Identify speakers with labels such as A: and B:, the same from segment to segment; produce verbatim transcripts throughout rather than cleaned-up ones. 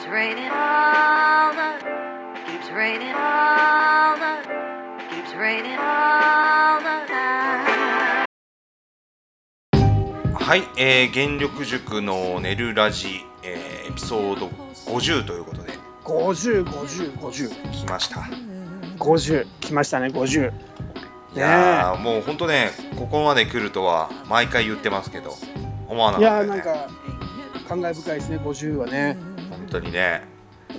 A: Keeps raining all the Keeps raining all the Keeps raining all the time。
B: はい、えー、原力塾の寝るラジ、えー、エピソードごじゅうということで
C: ごじゅう、ごじゅう、ごじゅう
B: 来ました。
C: ごじゅう来ましたね。ごじゅう。
B: いやー、もうほんとね、ここまで来るとは毎回言ってますけど思わなかったよね。
C: いやー、なんか感慨深いですね。ごじゅうはね。
B: 本当にね。
C: うん。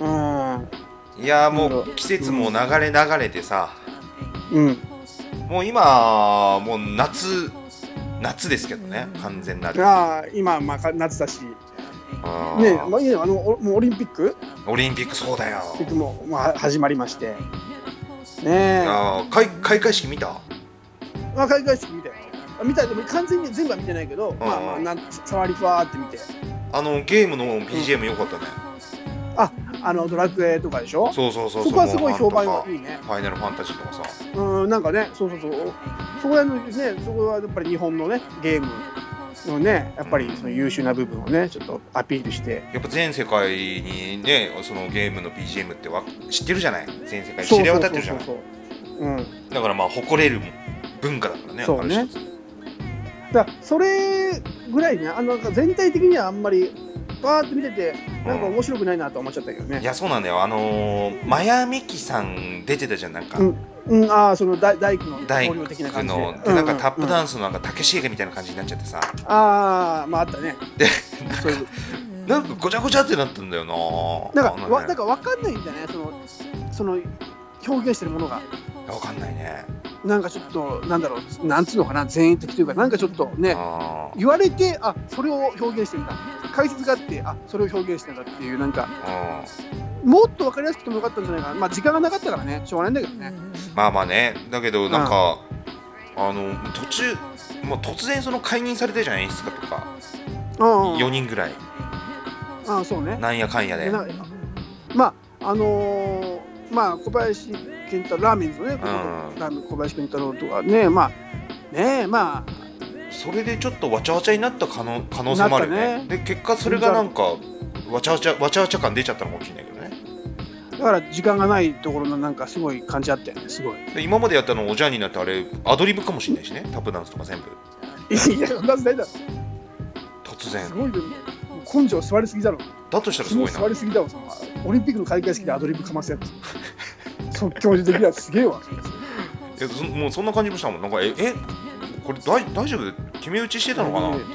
B: いやー、もう季節も流れ流れてさ、
C: うん、
B: もう今もう夏夏ですけどね、完全なる。
C: ああ、今まあ夏だしね、まあいいね、あのもうオリンピック
B: オリンピックそうだよ。
C: オリンピックもまあ始まりましてね。
B: いやー、開開会式見た？
C: まあ開会式見たよ。見た。でも完全に全部は見てないけど、まあまあなん触りふわーって見て。
B: あのゲームの ビージーエム 良かったね。
C: あ、あのドラクエとかでしょ。
B: そうそうそうそう。
C: そこはすごい評判がいいね。
B: ファイナルファンタジーとかさ。
C: うん、なんかね、そうそうそう。そこらのね、そこはやっぱり日本のねゲームのね、やっぱりその優秀な部分をねちょっとアピールして。
B: やっぱ全世界にね、そのゲームの ビージーエム ってわ知ってるじゃない。全世界に知れ渡ってるじゃない。うん。だからまあ誇れる文化だからね。
C: そうね。だからそれぐらいね、あの全体的にはあんまりバーって見ててなんか面白くないなと思っちゃったけどね。
B: いやそうなんだよ。あのー、マヤミキさん出てたじゃん、なんか。
C: うんうん、ああ、その大大工の同僚的な感じで。
B: 大工のでなんかタップダンスのなんか竹シーゲみたいな感じになっちゃってさ。
C: ああ、まああったね。
B: で、そういうなんかごちゃごちゃってなったんだよな。
C: なんかわなんかわかんないんだね。そのその表現してるものが。
B: わかんないね。
C: なんかちょっとなんだろう、なんつうのかな、前衛的というか、なんかちょっとね言われて、あ、それを表現してるんだ、解説があって、あ、それを表現してるんだっていう、なんかもっと分かりやすくてもよかったんじゃないかな。まあ時間がなかったからね、しょうがないんだけどね。
B: まあまあね、だけどなんかあの途中もう突然その解任されたじゃん、演出家とかよにんぐらい。
C: ああ、そうね。
B: なんやかんやで。
C: まああのー、まあ小林健太郎、ラーメンズのね、うん、ラーメン小林健太郎とかね、まあね、まあ
B: それでちょっとわちゃわちゃになった可能可能性もあるよね。で結果それがなんかわちゃわちゃわちゃわちゃ感出ちゃったのかもしれないけどね。
C: だから時間がないところのなんかすごい感じあったよね、すごい。
B: で今までやったのおじゃんになってあれアドリブかもしれないしね、タップダンスとか全部。
C: いや、そんな時代だろ。
B: 突然。
C: すごいでも根性座りすぎだろ。
B: だとしたらすごいな。
C: 座りすぎだわ、そのオリンピックの開会式でアドリブかますやつ。即興でできるやつすげえわ。
B: いやそもうそんな感じもしたもん。なんかええこれ大大丈夫？決め打ちしてたのかなっていう。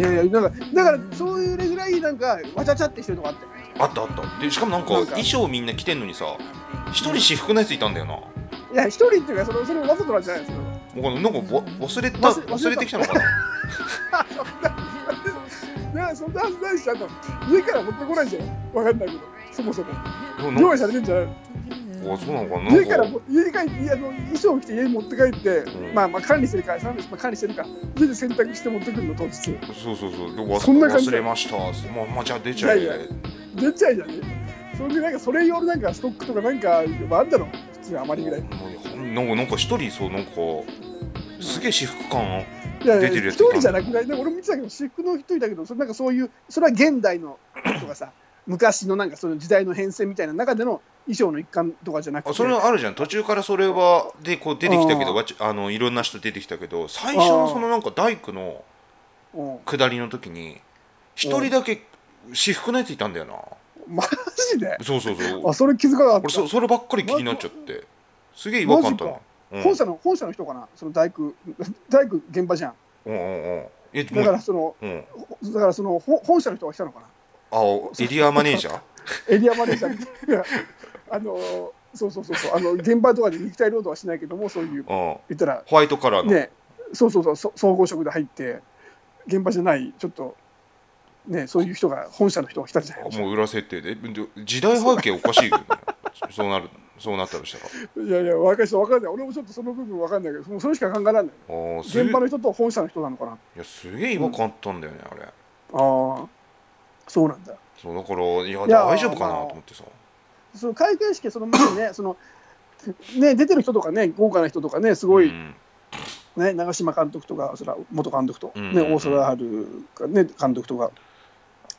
C: いやいや、なんかだからそういうぐらいなんかわちゃちゃってしてるとこあって。
B: あったあった。でしかもなんか衣装みんな着てんのにさ、一人私服のやついたんだよな。
C: いや一人っていうかそれそれわざとなんじゃないですか。
B: 僕なんか忘れた忘れてきたのかな。
C: なあ、そんなはずないし、あと家から持ってこないじゃん。わかんないけど、そもそも用意されてんじゃないの。
B: あ、そうなのかな。
C: 家から家に帰ってあの衣装を着て家に持って帰って、うん、まあまあ管理してるから、まあ、管理してるから家で洗濯して持ってくるの当日。
B: そうそうそう。でもそんな感じ忘れました。まあまあじゃあ出ちゃえ。
C: いやいや出ちゃえじゃねえ。それでなんかそれ用のなんかストックとかなんかあんだろ。普通あまりぐらい。
B: なんかなんか一人そうなんかすげえ私服感
C: 出てるやつ。一人じゃなくない。俺も見てたけど私服の一人だけど、それなんかそういうそれは現代のとかさ。昔のなんかその時代の変遷みたいな中での衣装の一環とかじゃなくて、
B: それはあるじゃん。途中からそれはでこう出てきたけど、あのいろんな人出てきたけど、最初のそのなんか大工の下りの時に一人だけ私服のやついたんだよな。
C: マジで？
B: そうそうそう。
C: あ、それ気づかなかった。
B: 俺 そ, そればっかり気になっちゃって、すげえ違和感あったな。
C: うん、本社の本社の人かな、その大工大工現場じゃん。
B: うんうんうん。え
C: だからその、うん、だからその本社の人が来たのかな。
B: あ、エリアマネージャー
C: エリアマネージャーあのそうそうそうそう、あの現場とかで肉体労働はしないけども、そういう言ったら
B: ホワイトカラーの
C: ね、そうそうそう、総合職で入って現場じゃないちょっとね、そういう人が本社の人が来たじゃないですか。
B: もう裏設定で時代背景おかしいよね。そうなるそうなったとした
C: ら。いやいや、分かる人分かんない。俺もちょっとその部分分かんないけど、それしか考えられない。現場の人と本社の人なのかな。い
B: や、すげえ違和感あったんだよね、うん、あれ。
C: ああ。そうなんだ。
B: そうだからいや大丈夫かなと思ってさ。
C: その開会式その前にねそのね出てる人とかね豪華な人とかねすごい、うん、ね長嶋監督とかそら元監督と、うん、ね大空春がね監督とか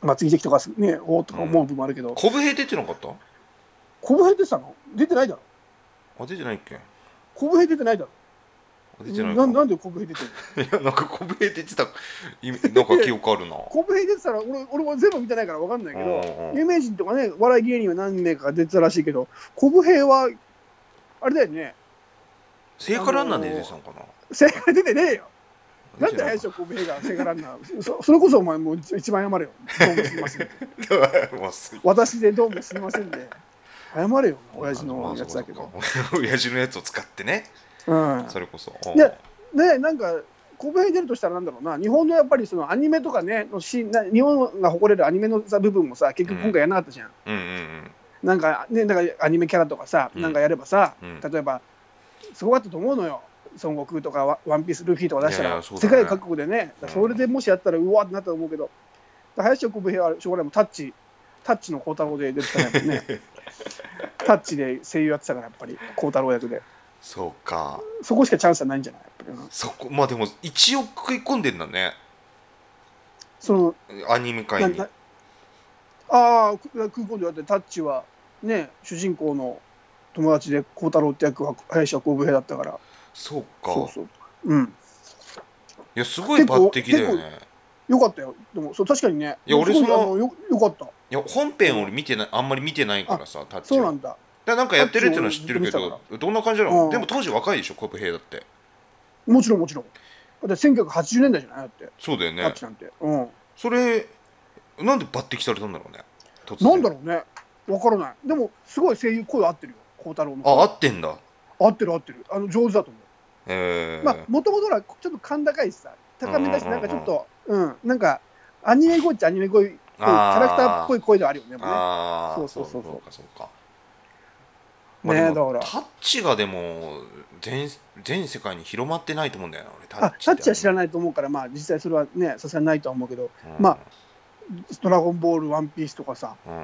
C: 松木関とかね、おおとか思う部分もあるけど、
B: コブヘイ出てなかった？
C: コブヘイ出てたの？出てないだろ。
B: あ、出てないっけ？
C: コブヘイ出てないだろ。
B: 出てない
C: な, なんでコブヘイ出てる
B: の？いや、なんかコブヘイ出てたなんか記憶あるな。
C: コブヘイ出てたら 俺, 俺も全部見てないから分かんないけど、有名人とかね、笑い芸人は何名か出てたらしいけど、コブヘイはあれだよね。
B: 聖火ランナーで出てたのかな？
C: 聖火出てねえよ。なんで林家コブヘイが聖火ランナー そ, それこそお前もう一番謝れよ。どうもすみません。私でどうもすみませんで。謝れよ、親父のやつだけど。
B: 親父のやつを使ってね。うん。それこそ。
C: いや、ね、なんか、コブヘイ出るとしたらなんだろうな、日本のやっぱりそのアニメとかね、のし日本が誇れるアニメのさ部分もさ、結局今回やらなかったじゃん。うんうんうん、なんかね、だからアニメキャラとかさ、うん、なんかやればさ、うん、例えば、すごかったと思うのよ。孫悟空とかワンピースルフィとか出したら、いやいや、ね、世界各国でね、それでもしやったらうわってなったと思うけど、林家コブヘイは将来もタッチ、タッチの孝太郎で出てたもんね。タッチで声優やってたからやっぱり孝太郎役で。
B: そうか。
C: そこしかチャンスはないんじゃない？やっぱりな。
B: そこまあでも一応食い込んでんだね。
C: その
B: アニメ界に。あ
C: あ、食い込んでだってタッチはね、主人公の友達で孝太郎って役は林家コブヘイだったから。
B: そうか。
C: そうそう。うん。
B: いやすごい抜擢だよね。
C: よかったよ。でもそう確かにね。
B: いや俺その
C: よよかった。
B: いや本編俺見てない、あんまり見てないからさ、タッチ。
C: そうなんだ。
B: だなんかやってるっていうのは知ってるけど、どんな感じなの？でも当時若いでしょ、コブヘイだって。
C: もちろんもちろん。だってせんきゅうひゃくはちじゅうねんだいじゃないだって。
B: そうだよね。
C: タッチなんて。うん。
B: それなんで抜擢されたんだろうね。
C: なんだろうね。わからない。でもすごい声優声合ってるよ。孝太郎の。
B: あ、合ってんだ。
C: 合ってる合ってる。あの上手だと思う。
B: ええー。
C: まあもともとはちょっと甲高いしさ、高めだし、なんかちょっとうんなんかアニメ声っちゃアニメ声、キャラクターっぽい声ではあるよね。
B: ああ、
C: そうそうそう
B: そうかそうか。
C: まあ、ね、だから
B: タッチがでも 全, 全世界に広まってないと思うんだよな。俺
C: タッチあタッチは知らないと思うから、まあ実際それはねさすがにないとは思うけど、うん、まあドラゴンボール、ワンピースとかさ、うんうんうん、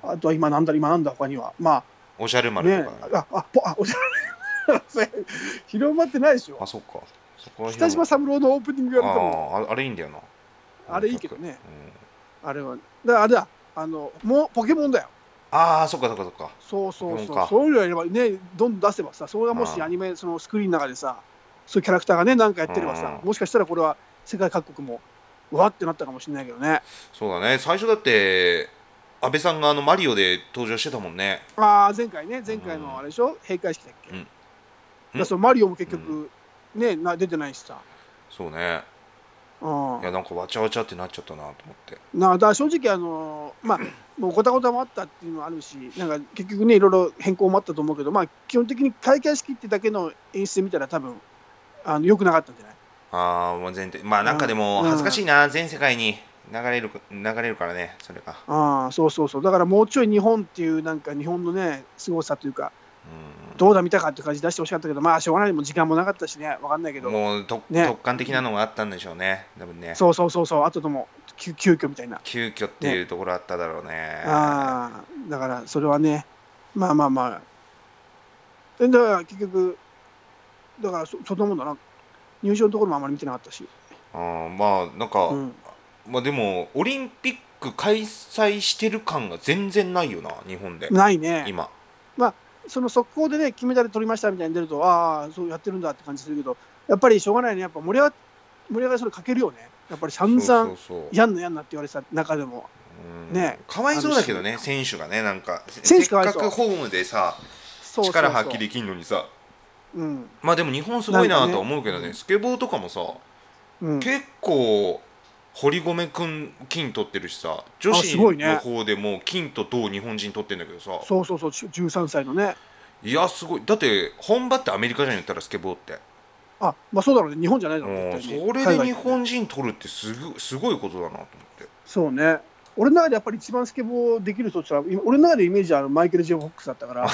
C: あとは今なんだ今なんだ他にはまあ
B: おしゃれ丸とか、ね、
C: あああおしゃれ広まってないでしょ。
B: あ、そっか。そこは
C: 北島三郎のオープニングやると
B: もああれいいんだよな。
C: あれいいけどね。うん、あれはだあれだあのもうポケモンだよ。
B: ああ、そっかそっかそっか。
C: そうそうそう。そういうのやればね、どんどん出せばさ、それがもしアニメそのスクリーンの中でさ、そういうキャラクターがねなんかやってればさ、もしかしたらこれは世界各国もうわってなったかもしれないけどね。
B: そうだね。最初だって安倍さんがあのマリオで登場してたもんね。
C: ああ、前回ね、前回のあれでしょ、閉会式だっけ。うん、だそのマリオも結局、うん、ねな出てないしさ。
B: そうね。いやなんかわちゃわちゃってなっちゃったなと思って。
C: なだから正直あのまあもうごたごたもあったっていうのはあるし、なんか結局ねいろいろ変更もあったと思うけど、まあ基本的に開会式ってだけの演出で見たら多分あの良くなかったんじゃない？
B: ああ、もう全然まあなんかでも恥ずかしいな、うん、全世界に流れる流れるからねそれが。
C: ああ、そうそうそう。だからもうちょい日本っていうなんか日本のね凄さというか。どうだ見たかって感じ出してほしかったけど、まあしょうがない、もう時間もなかったしね、わかんないけど
B: もうと、ね、特感的なのがあったんでしょうね、多分ね。
C: そうそうそうそう、あとでも急急遽みたいな
B: 急遽っていうところあっただろうね。
C: ね、ああ、だからそれはね、まあまあまあだから結局だからそそんなもんだな、入場のところもあまり見てなかったし。
B: あまあなんか、うん、まあでもオリンピック開催してる感が全然ないよな、日本で。
C: ないね
B: 今。
C: まあその速報でね金メダル取りましたみたいに出ると、ああそうやってるんだって感じするけど、やっぱりしょうがないね、やっぱ盛り上が盛り上がりそれかけるよね、やっぱり散々やんのやんなって言われてた中でもね。
B: かわいそうだけどね、選手がね、なんかせっかくホームでさ力発揮できんのにさ、うん、まあでも日本すごいなとは思うけどね、スケボーとかもさ、うん、結構堀米君金取ってるしさ、女子の方でも金と銅日本人取ってるんだけどさ、
C: そうそうそう、じゅうさんさいのね。
B: いやすごい、だって本場ってアメリカじゃん、言ったらスケボーって。
C: あ、まあそうだろうね、日本じゃないだろうね。
B: それで日本人取るってすごすごいことだなと思って。
C: そうね、俺の中でやっぱり一番スケボーできる人って言ったら、俺の中でイメージはあのマイケル・ジェフォックスだったから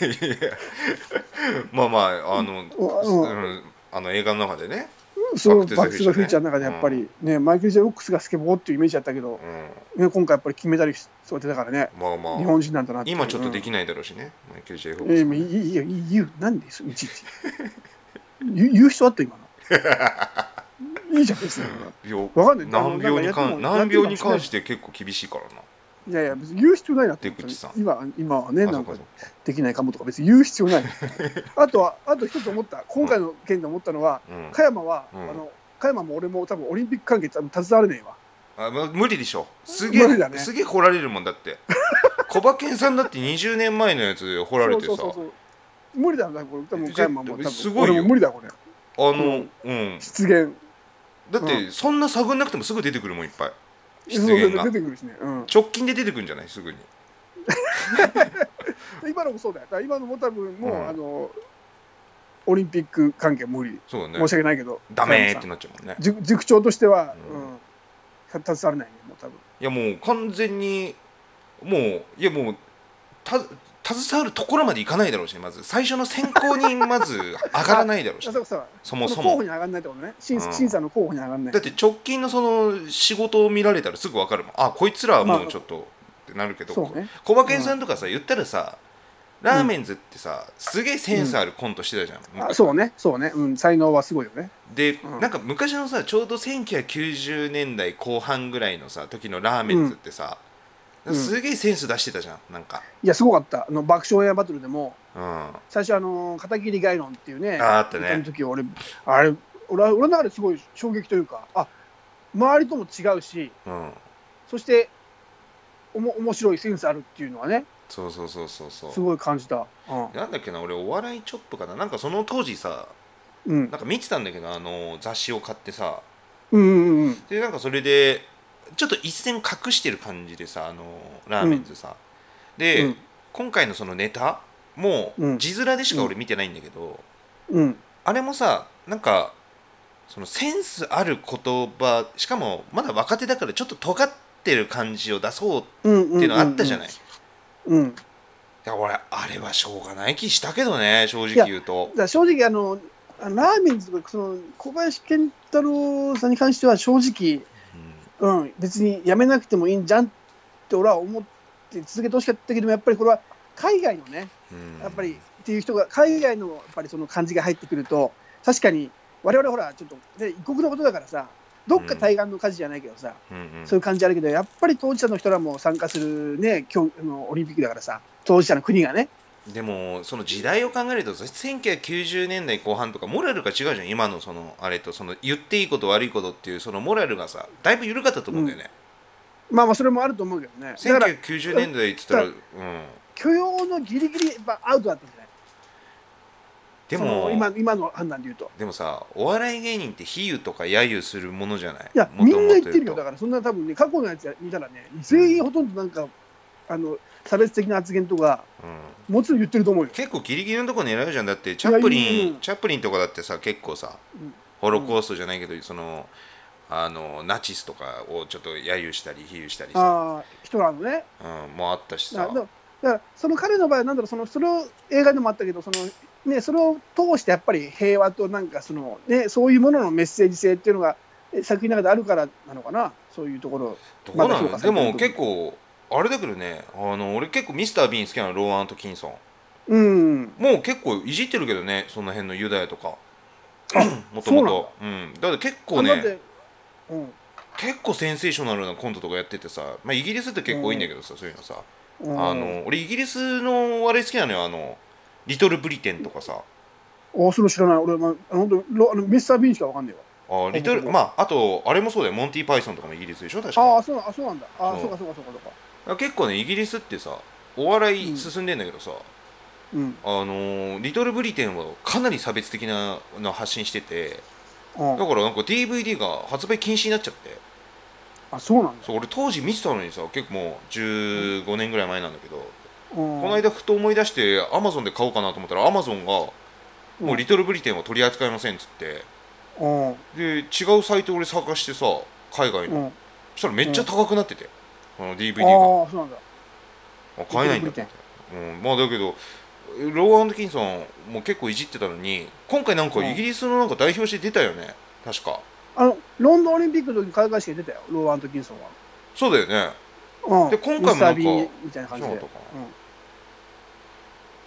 B: まあまああの、うん、あの映画の中でね、
C: そうバック・トゥ・ザ・フューチャーの中でやっぱりね、うん、マイケル・ジェフォックスがスケボーっていうイメージだったけど、うんね、今回やっぱり金メダリスト出たからね、まあまあ、日本人なんだなって。
B: 今ちょっとできないだろうしね、うん、マイケル・ジェフォックス、
C: ね、えー、いいよ、いいよ、なんでいちいち言う人あった今のいいじゃないですか。
B: 病
C: わかんない。
B: 難病に関難病に関して結構厳しいからな。
C: いやいや別に言う必要ないなって今今はねなんかできないかもとか別に言う必要ない。あとはあと一つ思った今回の件で思ったのは、うん、加山は、うん、あの加山も俺も多分オリンピック関係多分携われねえわ。
B: あ、まあ、無理でしょ。すげえ、ね、すげえ掘られるもんだって。小馬健さんだってにじゅうねんまえのやつ掘られてさ。そうそうそうそう
C: 無理だなこれ多分加山も多分すごいよ。俺も無理だこれ。
B: あのうん
C: 出現。
B: だって、うん、そんな探んなくてもすぐ出てくるもんいっぱい。
C: 出現が出てくるしね、うん、
B: 直近で出てくるんじゃないすぐに。
C: 今のもそうだよ。だ今のも多分もう、うん、あのオリンピック関係無理。
B: そうね。
C: 申し訳ないけど。
B: ダメってなっちゃうもんね。
C: 塾長としては、うん、携われないねもう多分。
B: いやもう完全にもういやもうた携わるところまでいかないだろうし、まず最初の選考にまず上がらないだろうしそもそも
C: 候補に上がらないってことね、審、うん、審査の候補に上がらない。
B: だって直近のその仕事を見られたらすぐ分かるもん。あこいつらはもうちょっと、まあ、ってなるけど、ね、小馬健さんとかさ、うん、言ったらさラーメンズってさ、うん、すげえセンスあるコントしてたじゃん、
C: うん、あそうねそうね、うん、才能はすごいよね。
B: で、うん、なんか昔のさちょうどせんきゅうひゃくきゅうじゅうねんだいこう半ぐらいのさ時のラーメンズってさ、うんすげえセンス出してたじゃんなんか。
C: いやすごかった。あの爆笑エアバトルでも、
B: うん、
C: 最初あの片桐概論っていうね
B: ああったね。
C: その時俺あれ俺俺の中ですごい衝撃というかあ周りとも違うし、
B: うん、
C: そしておも面白いセンスあるっていうのはね
B: そうそうそうそうそう
C: すごい感じた、うん、
B: なんだっけな俺お笑いチョップかななんかその当時さ、
C: うん、
B: なんか見てたんだけどあの雑誌を買ってさ、
C: うんうんうん、
B: でなんかそれでちょっと一線隠してる感じでさあのラーメンズさ、うん、で、うん、今回のそのネタもう字面でしか俺見てないんだけど、
C: うん、
B: あれもさなんかそのセンスある言葉しかもまだ若手だからちょっと尖ってる感じを出そうっていうのあったじゃない。
C: うん、うん、い
B: や俺あれはしょうがない気したけどね正直言うと。
C: 正直あのラーメンズとかその小林健太郎さんに関しては正直うん、別にやめなくてもいいんじゃんって俺は思って続けてほしかったけどもやっぱりこれは海外のね、うん、やっぱりっていう人が海外のやっぱりその感じが入ってくると確かに我々ほらちょっと、ね、異国のことだからさどっか対岸の火事じゃないけどさ、
B: うんうん、
C: そういう感じあるけどやっぱり当事者の人らも参加するね今日のオリンピックだからさ当事者の国がね。
B: でもその時代を考えるとせんきゅうひゃくきゅうじゅうねんだいこう半とかモラルが違うじゃん今のそのあれとその言っていいこと悪いことっていうそのモラルがさだいぶ緩かったと思うんだよね、
C: うん、まあまあそれもあると思うけどね。
B: せんきゅうひゃくきゅうじゅうねんだいって言ったら、うん、
C: 許容のギリギリアウトだったんじゃない。
B: でも
C: 今, 今の判断で言うと
B: でもさお笑い芸人って比喩とか揶揄するものじゃない。
C: いやみんな言ってるよ。だからそんな多分ね過去のやつ見たらね全員ほとんどなんか、うん、あの差別的な発言とか、うん、もちろん言ってると思うよ。
B: 結構ギリギリのところ狙うじゃん。だってチャップリンチャップリンとかだってさ結構さ、うん、ホロコーストじゃないけど、うん、そのあのナチスとかをちょっと揶揄したり比喩したりさ
C: あ人なのね、
B: うん、もあったしさ。
C: だからその彼の場合はなんだろうそのそれを映画でもあったけどその、ね、それを通してやっぱり平和となんかその、ね、そういうもののメッセージ性っていうのが作品の中であるからなのかなそういうところ。
B: どうなの、ま、でも結構あれだけどねあの俺結構ミスター・ビーン好きなのローアン・トキンソン、
C: うん、
B: もう結構いじってるけどねその辺のユダヤとかもともとだから結構ね、うん、結構センセーショナルなコントとかやっててさ、まあ、イギリスって結構多いんだけどさ、うん、そういうのさ、うん、あの俺イギリスのあれ好きなのよあのリトル・ブリテンとかさ。
C: あそれ知らない俺、まあ、本当あのミスター・ビーンしかわかんないわ。
B: あリトルまああとあれもそうだよモンティ・パイソンとかもイギリスでしょ確か。
C: ああそうあそうなんだあそうかそうかそうかそうか。
B: 結構ねイギリスってさお笑い進んでんだけどさ、
C: うん、
B: あのー、リトルブリテンはかなり差別的なの発信してて、うん、だからなんか ディーブイディー が発売禁止になっちゃって。
C: あそうなんだ。
B: そう俺当時見てたのにさ結構もうじゅうごねんぐらい前なんだけど、
C: うん、
B: この間ふと思い出してアマゾンで買おうかなと思ったらアマゾンがもうリトルブリテンは取り扱いませんっつって、
C: うん、
B: で違うサイト俺探してさ海外の、うん、そしたらめっちゃ高くなってて、この ディーブイディー が。
C: あそうなんだ。
B: あ買えないんだって、うん、まあだけどローアン・ドキンソンも結構いじってたのに今回なんかイギリスのなんか代表して出たよね確か。
C: あのロンドンオリンピックの時に開会式で出たよローアン・ドキンソンは。
B: そうだよね、
C: うん、
B: で今回もなんか
C: ミスター・ビーみたいな感じで。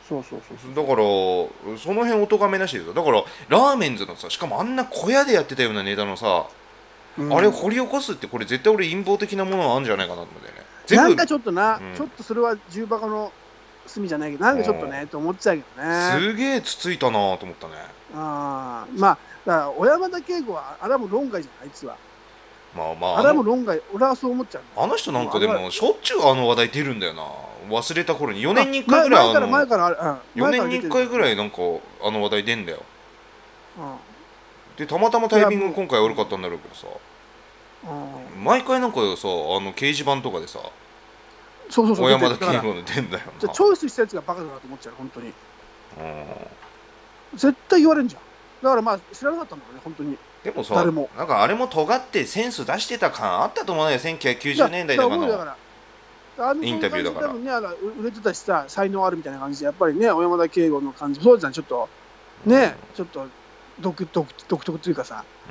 C: そうそうそうそう
B: だからその辺お咎めなしですよ。だからラーメンズのさ、しかもあんな小屋でやってたようなネタのさ、うん、あれを掘り起こすって、これ絶対俺陰謀的なものがあるんじゃないかなと思うんだよね。全部
C: なんかちょっとな、
B: うん、
C: ちょっとそれは重箱の隅じゃないけど、なんかちょっとねと思っちゃうけどね。
B: すげえつついたなと思ったね。
C: あまあだから小山田圭吾はあれはもう論外じゃん、あいつは。
B: まあまあ、
C: あれはもう論外、俺はそう思っちゃう。
B: あの人なんかでもしょっちゅうあの話題出るんだよな。忘れた頃によねんにいっかいぐらい、
C: 前から前からあ
B: よねんにいっかいぐらいなんかあの話題出んだよ。
C: うん、
B: でたまたまタイミング今回悪かったんだろうけどさ、うん、毎回なんかさ、あの掲示板とかでさ、
C: そうそうそう、
B: 小山田圭吾の出んだよな。
C: じゃチョイスしたやつがバカだなと思っちゃう、本当に。うん、絶対言われんじゃん。だからまあ知らなかったんだろうね、本当に。
B: でもさ、もなんかあれも尖ってセンス出してた感あったと思うね、せんきゅうひゃくきゅうじゅうねんだいとかのインタビューだから。多分ね、あの売れてたしさ、才能あるみたいな感じで、やっぱりね、小山田圭吾の感じ、そうじゃん、ちょっとね、うん、ちょっと独特独特というかさ、うん、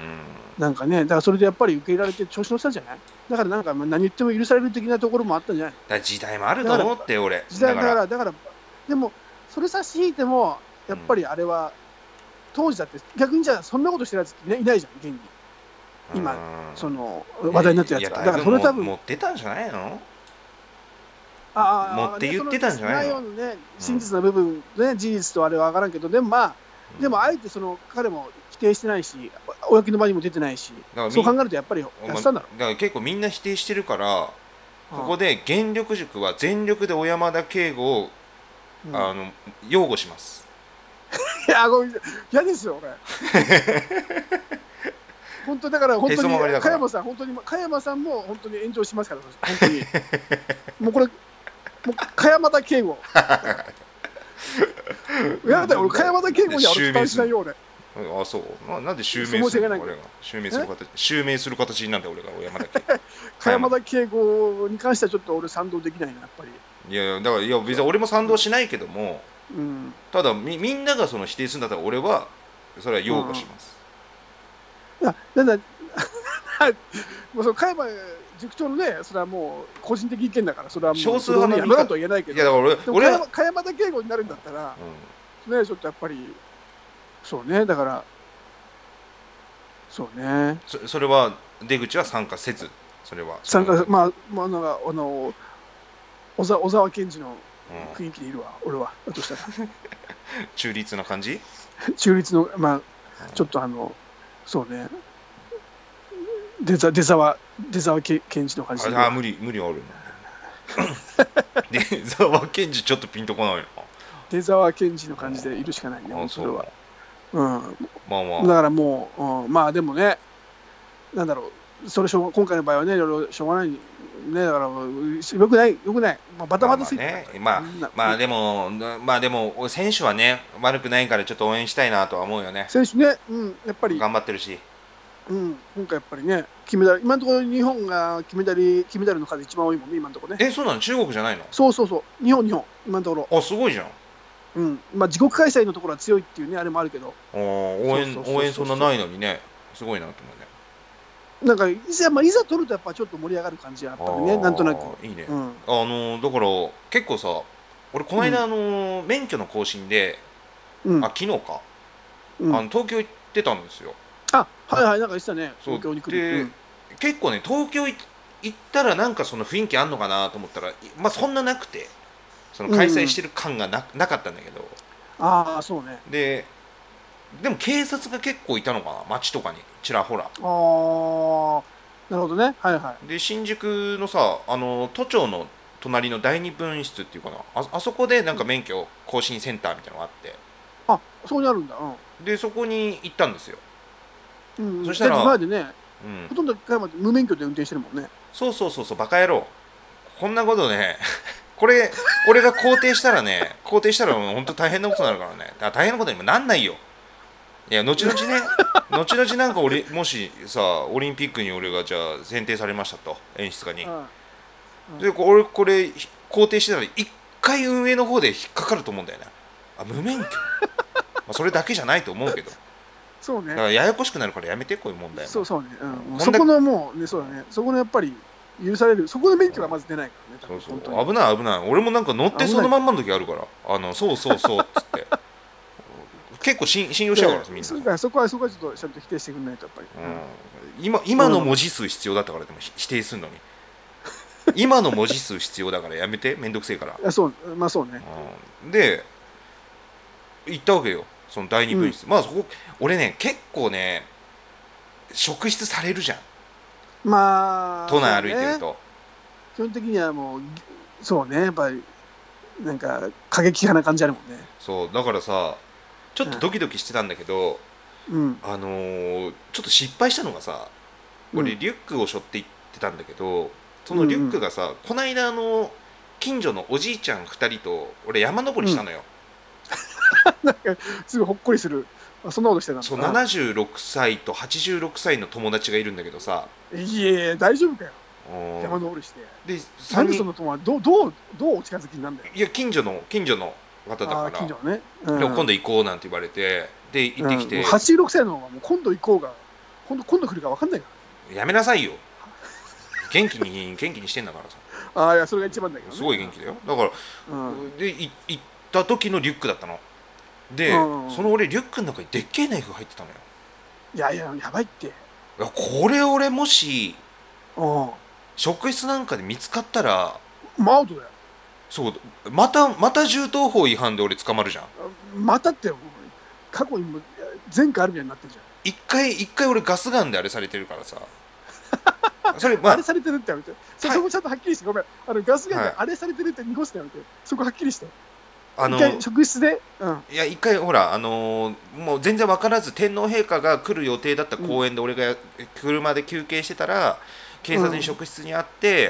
B: なんかね、だからそれでやっぱり受け入れられて調子乗せたじゃない。だからなんか何言っても許される的なところもあったんじゃない。 だから時代もあると思って、俺。
C: 時代だから、だから、でも、それ差し引いても、やっぱりあれは、当時だって、逆にじゃあ、そんなことしてるやつっていないじゃん、現に。今、その話題になってるやつが。だからそれ多分。
B: 持ってたんじゃないの？
C: ああ、
B: 持って言ってたんじゃないの？
C: ね、真実の部分、ね、事実とあれは分からんけど、でもまあ、でもあえてその彼も否定してないし、公の場にも出てないし、そう考えるとやっぱりやってたんだろう。
B: だから結構みんな否定してるから、ここで原力塾は全力で小山田圭吾を、うん、あの擁護します。
C: いや、ごめん、嫌ですよ、俺。本当だから、本当に、加山さん、本当に、加山さんも本当に炎上しますから、本当に。もうこれ、もう加山田圭吾。やだよ、俺、加山田圭吾には俺、負担しないよ、俺。
B: あ、そう。な, なんで襲名するの？俺が襲名する形、襲名する形になんだ俺が小山田圭吾。
C: 加山田圭吾に関してはちょっと俺賛同できないな、やっぱり。
B: いや、だからいや別に俺も賛同しないけども、うん、ただ み, みんながその否定するんだったら俺はそれは擁護します。
C: うん、いや、なんだ、もうその加山塾長のね、それはもう個人的意見だから、それはもう
B: 少数派の
C: やめろとは言えないけど、
B: いやだから俺俺は
C: 加山田圭吾になるんだったら、うん、ね、ちょっとやっぱりそうね、だからそうね。
B: そ, それは出口は参加せず、それは
C: 参加、まあまあなんかあの小沢小沢健二の雰囲気でいるわ、うん、俺はだとしたら
B: 中立な感じ？
C: 中立のまあちょっとあのそうね。出沢出沢出沢健二の感じで。
B: ああ無理無理あるな。出沢健二ちょっとピンとこないな。
C: 出沢健二の感じでいるしかないね。
B: ああ
C: それは。うん。
B: まあまあ。
C: だからもう、うん、まあでもね、なんだろう、それしょう今回の場合はね、いろいろしょうがないね、だからよくないよくない、まあ、バタバタすぎて、
B: まあまあ、ね、まあ、まあでもまあでも選手はね悪くないからちょっと応援したいなとは思うよね。
C: 選手ね、うん、やっぱり
B: 頑張ってるし。
C: うん、今回やっぱりね、金メダル、今のところ日本が金メダル、金メダルの数一番多いもんね、今のところね。
B: え、そうなの？中国じゃないの？
C: そうそうそう、日本、日本、今のところ。
B: あ、すごいじゃん。
C: うん、まあ自国開催のところは強いっていうね、あれもあるけど。
B: あ、応援、応援そんなないのにね、すごいなと思うね。
C: なんかいざ、まあ、いざ取るとやっぱちょっと盛り上がる感じはやっぱりね、なんとなく。
B: いいね。
C: うん、
B: あのだから結構さ、俺この間、うん、あの免許の更新で、うん、あ昨日か、うん、あの東京行ってたんですよ。
C: あ、はいはい、なんか言ってたね、東京に来る。
B: で、うん、結構ね、東京行ったらなんかその雰囲気あんのかなと思ったら、まあそんななくて、その開催してる感が な,、うん、なかったんだけど。
C: ああ、そうね。
B: で、でも警察が結構いたのかな、街とかにちらほら。あ
C: あ、なるほどね。はいはい。
B: で、新宿のさ、あの都庁の隣の第二分室っていうかな、 あ, あそこでなんか免許更新センターみたいなのがあって、
C: あ、そこにあるんだ。うん、
B: でそこに行ったんですよ。
C: うん、そしたら前でね、うん、ほとんど無免許で運転してるもんね。
B: そうそうそうそう、バカ野郎、こんなことねこれ俺が肯定したらね肯定したら本当大変なことになるからね。だから大変なことにもなんないよ。いや、後々ね後々なんか俺もしさ、オリンピックに俺がじゃあ選定されましたと、演出家に、うんうん、で俺これ肯定してたら一回運営の方で引っかかると思うんだよね。あ、無免許まあそれだけじゃないと思うけど、
C: そうね、
B: だからややこしくなるからやめて、こういう問題。
C: そうそうね、うん、そこのもうね、そうだね、そこのやっぱり許される、そこで免許がまず出ないからね。
B: そうそう、危ない危ない。俺もなんか乗ってそのまんまの時あるから、あのそうそうそうっつって結構信用しちゃうからみんな。
C: そこはそこはそこはちょっとちゃんと否定してくれないとやっぱり、
B: うん、今今の文字数必要だったからでも否定するのに今の文字数必要だからやめて、めんどくせえから。
C: いやそうまあそうね、
B: うん、で行ったわけよ、その第二分室、うん、まあそこ俺ね結構ね職質されるじゃん、
C: まあ
B: 都内歩いてると、ね、
C: 基本的にはもうそうね、やっぱりなんか過激派な感じあるもんね。
B: そうだからさちょっとドキドキしてたんだけど、うん、あのー、ちょっと失敗したのがさ、俺リュックを背負って行ってたんだけど、そのリュックがさ、うんうん、こないだの近所のおじいちゃんふたりと俺山登りしたのよ、
C: うん、なんかすぐほっこりする、そんなことしてたんだ。
B: そうななじゅうろくさいとはちじゅうろくさいの友達がいるんだけどさ、
C: いや大丈夫かよ、山登りして。でなんでその友達どうどうどうお近づきになんだよ。
B: いや近所の近所の方だから、
C: 近所ね、
B: うん、でも今度行こうなんて言われて、で行ってきて、
C: うん、はちじゅうろくさいの方がもう今度行こうが今度今度来るか分かんないから、
B: やめなさいよ元気に元気にしてんだからさ
C: ああいやそれが一番だけど、ね、
B: すごい元気だよだから、うん、で行った時のリュックだったので、うん、その俺リュックの中にでっけえナイフが入ってたのよ。
C: いやいややばいって。い
B: やこれ俺もし職質なんかで見つかったら
C: アウトだよ。
B: そうまたまた銃刀法違反で俺捕まるじゃん。
C: またって過去にも前回あるみたいになってるじゃん。
B: 一回一回俺ガスガンであれされてるからさ
C: それ、まあ、あれされてるってやめて、そこもちゃんとはっきりして、ごめん、あのガスガンであれされてるって濁すのやめて、そこはっきりして、あの一回職質で、
B: うん、いや一回ほら、あのー、もう全然分からず天皇陛下が来る予定だった公園で俺が車で休憩してたら、うん、警察に職質にあって、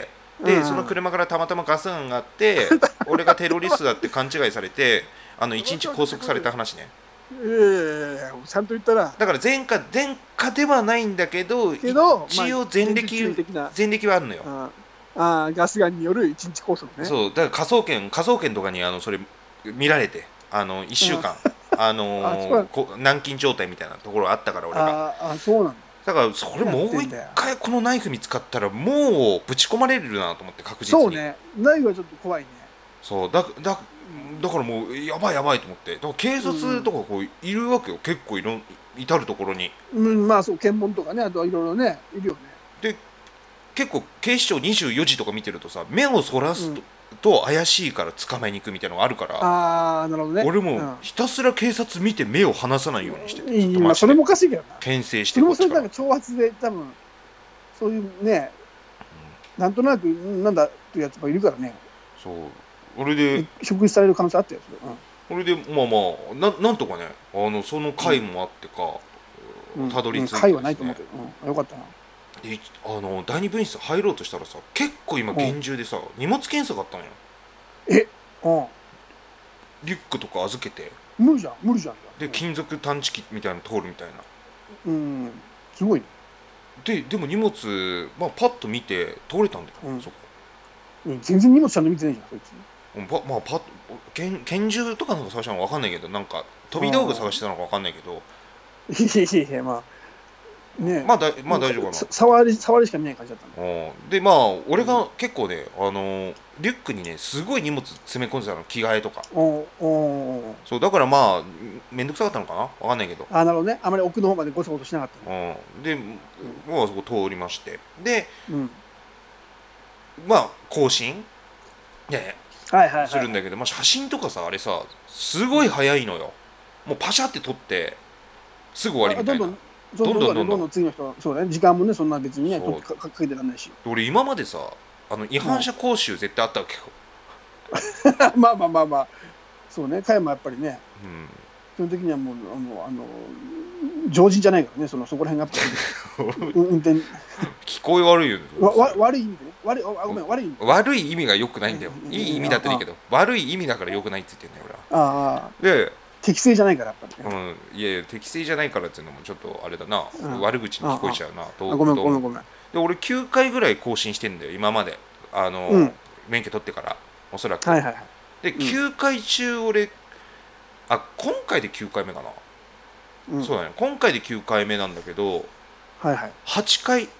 B: うん、でその車からたまたまガスガンがあって俺がテロリストだって勘違いされてあのいちにち拘束された話ね。
C: えー、ちゃんと言ったら
B: だから前科前科ではないんだけどけど一応前歴、まあ、前歴はあるのよ。
C: ああガスガンによるいちにち拘束ね。
B: そうだから科捜研科捜研とかにあのそれ見られてあのいっしゅうかんあのー、こ軟禁状態みたいなところあったから俺が。
C: ああそうなん
B: だだからそれもう一回このナイフ見つかったらもうぶち込まれるなと思って確実に。
C: そうねナイフはちょっと怖いね。
B: そうだだだからもうやばいやばいと思って、だから警察とかこういるわけよ、うん、結構いろ至る所に、
C: うん、まあそう検問とかね、あとはいろいろねいるよね。
B: で結構警視庁にじゅうよじとか見てるとさ目をそらすと、うん、と怪しいから捕まえに行くみたいなのがあるから、
C: ああなるほどね。
B: 俺もひたすら警察見て目を離さないようにしてて、
C: うん、まあそれもおかしいけどな。
B: 牽制して
C: こっちからそれもそれなんか挑発で多分そういうね、うん、なんとなくなんだっていうやつもいるからね。そう
B: 俺で
C: 職質される可能性あったよ、
B: それ、うん、俺でまあまあ な, なんとかねあのその回もあってか、うん、たどり着いてですね、
C: 回はないと思うけど、うん、よかったな。
B: であの第二分室入ろうとしたらさ結構今厳重でさ、うん、荷物検査があったのよ。
C: えうん
B: リュックとか預けて
C: 無理じゃん無理じゃん
B: で金属探知機みたいなの通るみたいな。
C: うんすごいね。
B: ででも荷物、まあ、パッと見て通れたんだよ、うん、そこ、
C: うん、全然荷物ちゃんと見てないじゃんそいつ。
B: パまあ、パッ拳拳銃とかなんか探したのか分かんないけど、なんか飛び道具探してたのか分かんないけど、
C: いやいやいやまあね
B: まあだまあ大丈夫かな。
C: 触り触りしか見ない感じだった
B: の。でまあ俺が結構ね、あのリュックにねすごい荷物詰め込んでたの、着替えとか。おおそうだからまあ面倒くさかったのかな分かんないけど。
C: あなるほどね、あまり奥の方までゴソゴソしなかった、
B: ね。うん、でもうそこ通りましてで、うん、まあ更新ね。
C: はいはいはい、
B: するんだけど、まあ、写真とかさあれさすごい早いのよ。もうパシャって撮ってすぐ終わりみたいな。
C: どんどんどんどんどんどん次の人そうね時間もねそんな別にねかかけてらんないし。
B: 俺今までさあの違反者講習絶対あったわけ
C: よ。まあまあまあまあそうね加山やっぱりね、うん、基本的にはもうあのあの常人じゃないからね、そのそこら辺がやっぱり運転
B: 聞こえ悪いよね。
C: わわ悪い意味でね悪いあごめん悪い意味
B: 悪い意味が良くないんだよ。いい意味だったらいいけど悪い意味だから良くないって言ってんだよ俺は。ああで
C: 適正じゃないからやっぱ
B: り、ね、うん、いやいや適正じゃないからっていうのもちょっとあれだな、うん、悪口に聞こえちゃうな。
C: とごめんごめんごめん。
B: で俺きゅうかいぐらい更新してんだよ今まで、あの、うん、免許取ってからおそらく、はいはいはい、で、うん、きゅうかい中俺あ今回できゅうかいめかな、うん、そうだね今回できゅうかいめなんだけど、はいはい、はちかい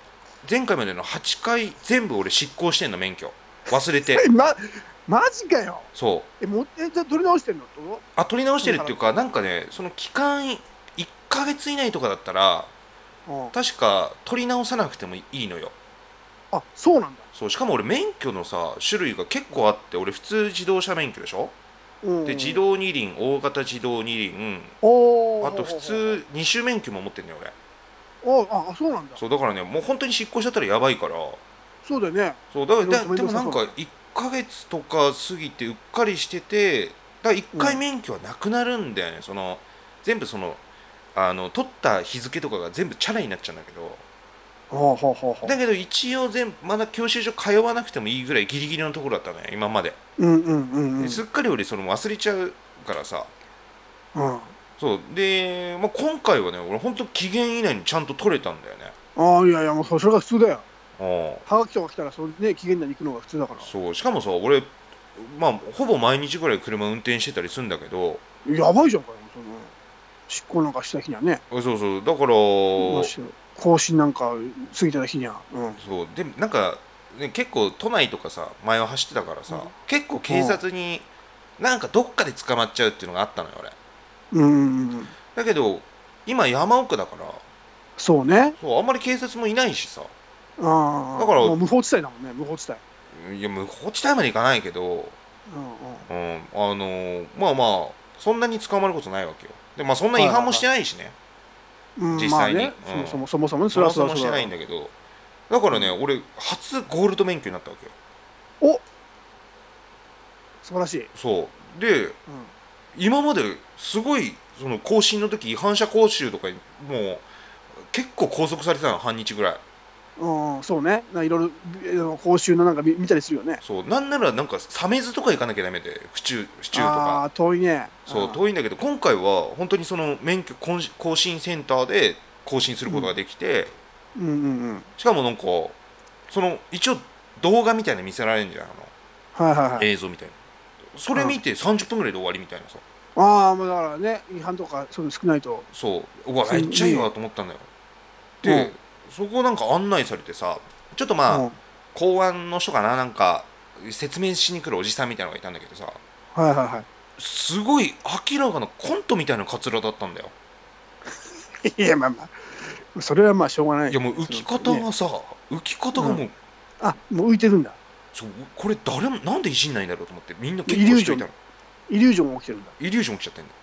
B: 前回までのはちかい全部俺失効してんの、免許忘れて
C: えまマジかよ。
B: そう
C: えもえじゃあ取り直してんのと
B: あ取り直してるっていうか、なんかねその期間いっかげつ以内とかだったら
C: うん
B: 確か取り直さなくてもいいのよ。
C: あそうなんだ。
B: そうしかも俺免許のさ種類が結構あって、俺普通自動車免許でしょ、
C: うん
B: で自動二輪、大型自動二輪、
C: おー
B: あと普通二種免許も持ってんのよ俺。
C: おああそうなんだ。
B: そうだからね、もう本当に執行しちゃったらやばいから、
C: そうだよね。
B: そうだからだ
C: めんど
B: でもな
C: くさそうん
B: かいっかげつとか過ぎてうっかりしてて、だからいっかい免許はなくなるんだよね、その全部そのあの取った日付とかが全部チャラになっちゃうんだけど、
C: ほうほうほうほう
B: だけど一応全まだ教習所通わなくてもいいぐらいギリギリのところだったのよ今まで、
C: うんうんうんうん
B: ですっかり俺その忘れちゃうからさ。
C: うん
B: そうで、まあ、今回はね俺本当期限以内にちゃんと取れたんだよね。
C: ああいやいやもうそれが普通だよ。
B: あ
C: はがきとか来たらそれね期限内に行くのが普通だから。
B: そうしかもさ俺まあほぼ毎日ぐらい車運転してたりするんだけど、
C: やばいじゃんかよその執行なんかした日にはね。
B: そうそうだから
C: まして更新なんか過ぎた日には。うん
B: そうでなんか、ね、結構都内とかさ前は走ってたからさ、
C: うん
B: 結構警察になんかどっかで捕まっちゃうっていうのがあったのよ俺。
C: うんうんうん
B: だけど今山奥だから
C: そうね。
B: そうあんまり警察もいないしさ、
C: ああ
B: だから
C: もう無法地帯だもんね無法地帯。
B: いや無法地帯まで行かないけど、
C: うんうん
B: うん、あのーまあまあそんなに捕まることないわけよ。でまあそんな違反もしてないしね、
C: うん
B: 実際に
C: まあね
B: うん
C: そもそもそもそもね
B: そもそ
C: は
B: もしてないんだけど、だからね、俺初ゴールド免許になったわけよ。
C: お素晴らしい。
B: そうで今まですごいその更新の時違反者講習とかにもう結構拘束されてたの半日ぐらい。
C: うん、うん、そうね。ないろいろ講習のなんか見見たりするよね。
B: そうなんならなんか鮫洲とか行かなきゃダメで府中府中と
C: ああ
B: か
C: 遠いね。
B: そう
C: い。
B: 遠いんだけど、今回は本当にその免許更新更新センターで更新することができて、
C: うんうんうん。
B: しかもなんかその一応動画みたいなの見せられるんじゃないあ
C: はいはいはい。
B: の映像みたいな、それ見てさんじゅっぷんぐらいで終わりみたいなさ。
C: ああ、まあだからね、違反とかそういうの少ないと。
B: そううわめっちゃいいわと思ったんだよ。で、
C: うん
B: そこなんか案内されてさ、ちょっとまあ、
C: うん
B: 公安の人かな、なんか説明しに来るおじさんみたいなのがいたんだけどさ、
C: はいはいはい。
B: すごい明らかなコントみたいなカツラだったんだよ。
C: いやまあまあそれはまあしょうがない。
B: いやもう浮き方
C: ね
B: がさ、浮き方がもう、
C: うんあもう浮いてるんだ。
B: そうこれ誰もなんでいじんないんだろうと思って、みんな結構人いたの。
C: イリュージョンが起きてるんだ。
B: イリュージョン来ちゃってんだよ。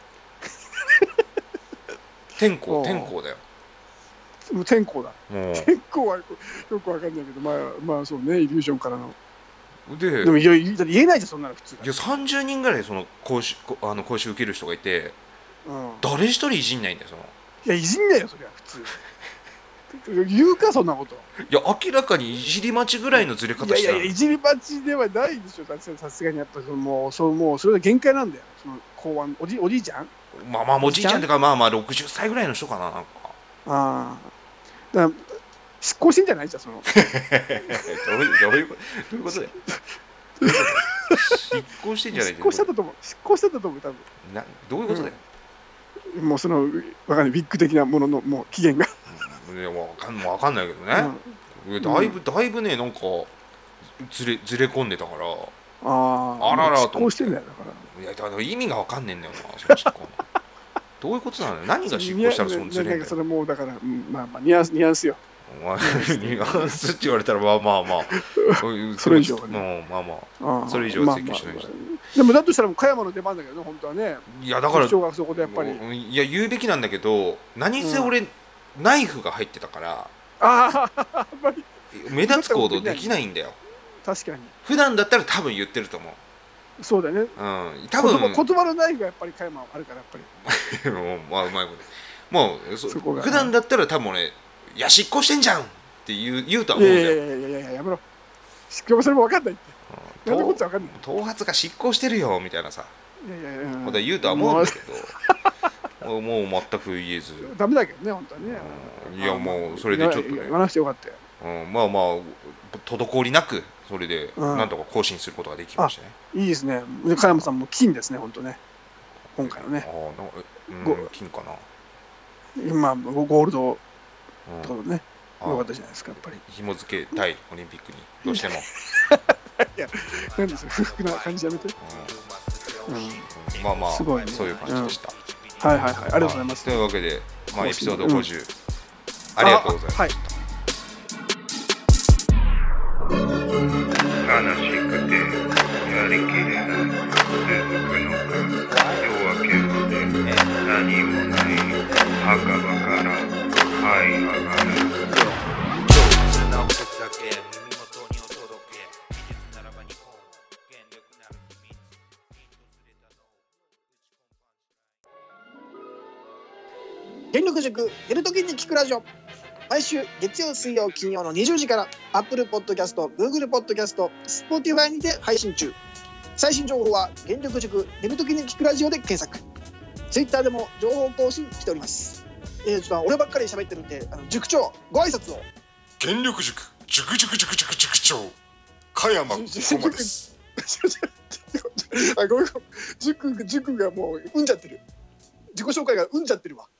B: 天候
C: おう
B: 天候だよ。
C: もう天候だ。
B: も
C: 天候はよくわかんないけど、まあまあそうね、イリュージョンからの。
B: うで
C: でもいや言えないじゃんそんなの普通。
B: いやさんじゅうにんぐらいその講習こあの講習受ける人がいて、
C: うん。
B: 誰一人いじんないんだよその。
C: いやいじんないよそりゃ普通。言うかそんなこと。
B: いや明らかにいじり待ちぐらいのずれ方したの。
C: いやいやいやいじり待ちではないでしょ。さすさすがにやっぱそのもうそうもうそれが限界なんだよ。その公安おじおじいちゃん。
B: まあまあおじいちゃんっていうかまあまあろくじゅっさいぐらいの人かななんか。
C: ああ。だから執行してんじゃないじゃんその。
B: どういうどういうことどういうことだよ。執行してんじゃない
C: 執行したんだと思う。執行したんだと思う多分。
B: などういうことだよ。
C: もうそのわかんないビッグ的なもののもう期限が。
B: いやわかんわかんないけどね。
C: うん
B: だいぶだいぶねなんかずれずれ込んでたから。
C: ああ。
B: あらら
C: 執行してんだよだから。
B: いやだから意味がわかんねえんだよなその執行の。どういうことなのよ。何が執行したらそのずれんだよ。
C: なんかそれもうだから、うんまあまあニュアンスニュアンスよ。
B: お前ニュアンスって言われたらまあまあまあ
C: それ以上はね
B: うんまあまあ
C: ああ
B: それ以上は追求しないでしょ。
C: まあまあでもだとしたらもう加山の出番だけどね本当はね。
B: いやだから
C: 局長がそこでやっぱり。
B: いや言うべきなんだけど何せ俺、ナイフが入ってたから
C: あああんまり
B: 目立つ行動できないんだよ。
C: 確かに。
B: 普段だったら多分言ってると思う。
C: そうだよね。
B: うん多分
C: 言葉言葉のナイフがやっぱり加山はあるからやっぱり。
B: もうまあうまいこともうそ
C: そこが
B: 普段だったら多分俺いや執行してんじゃんって言う言うとは思
C: い
B: うんだよ。
C: やいやいやいやいややめろ。執行もそれも分かんないって。なんでこっちゃ分かんない。
B: 頭髪が執行してるよみたいなさ
C: いやいやいや。
B: まだ言うとは思うんだけどもうもう全く言えず、
C: ダメだけどね本当はね。
B: うんいやもうそれでちょっとね
C: 言わなくてよかったよ。
B: うん、まあまあ滞りなくそれで
C: うん
B: なんとか更新することができましたね。
C: いいですね。で加山さんも金ですね本当ね。今回のね。
B: ああなんかうん
C: ご
B: 金かな。
C: 今ゴールド
B: うん
C: とかね。 よかったじゃないですか、やっぱり。
B: 紐付けたいオリンピックにどうしても。
C: いや、なんですよ、不服な感じやめて。
B: うんうん、まあまあ、すごいね、そういう感じでした。
C: うん、はいはいはい、ありがとうございます。
B: というわけで、まあ、エピソードごじゅう、うん、ありがとうございます。はい、
D: 悲しくてやりきれない続くのか、夜明けまで何もない墓場から這い上がる。
C: 原力塾寝るときに聞くラジオ、毎週月曜水曜金曜のにじゅうじから Apple Podcast、Google Podcast、Spotify にて配信中。最新情報は原力塾寝るときに聞くラジオで検索。Twitter でも情報更新しております。えー、ちょっと俺ばっかり喋ってるんで、あの塾長ご挨拶を。
B: 原力塾塾塾塾塾塾長加山駒です。
C: あ、ごめん、塾塾がもううんじゃってる。自己紹介がうんじゃってるわ。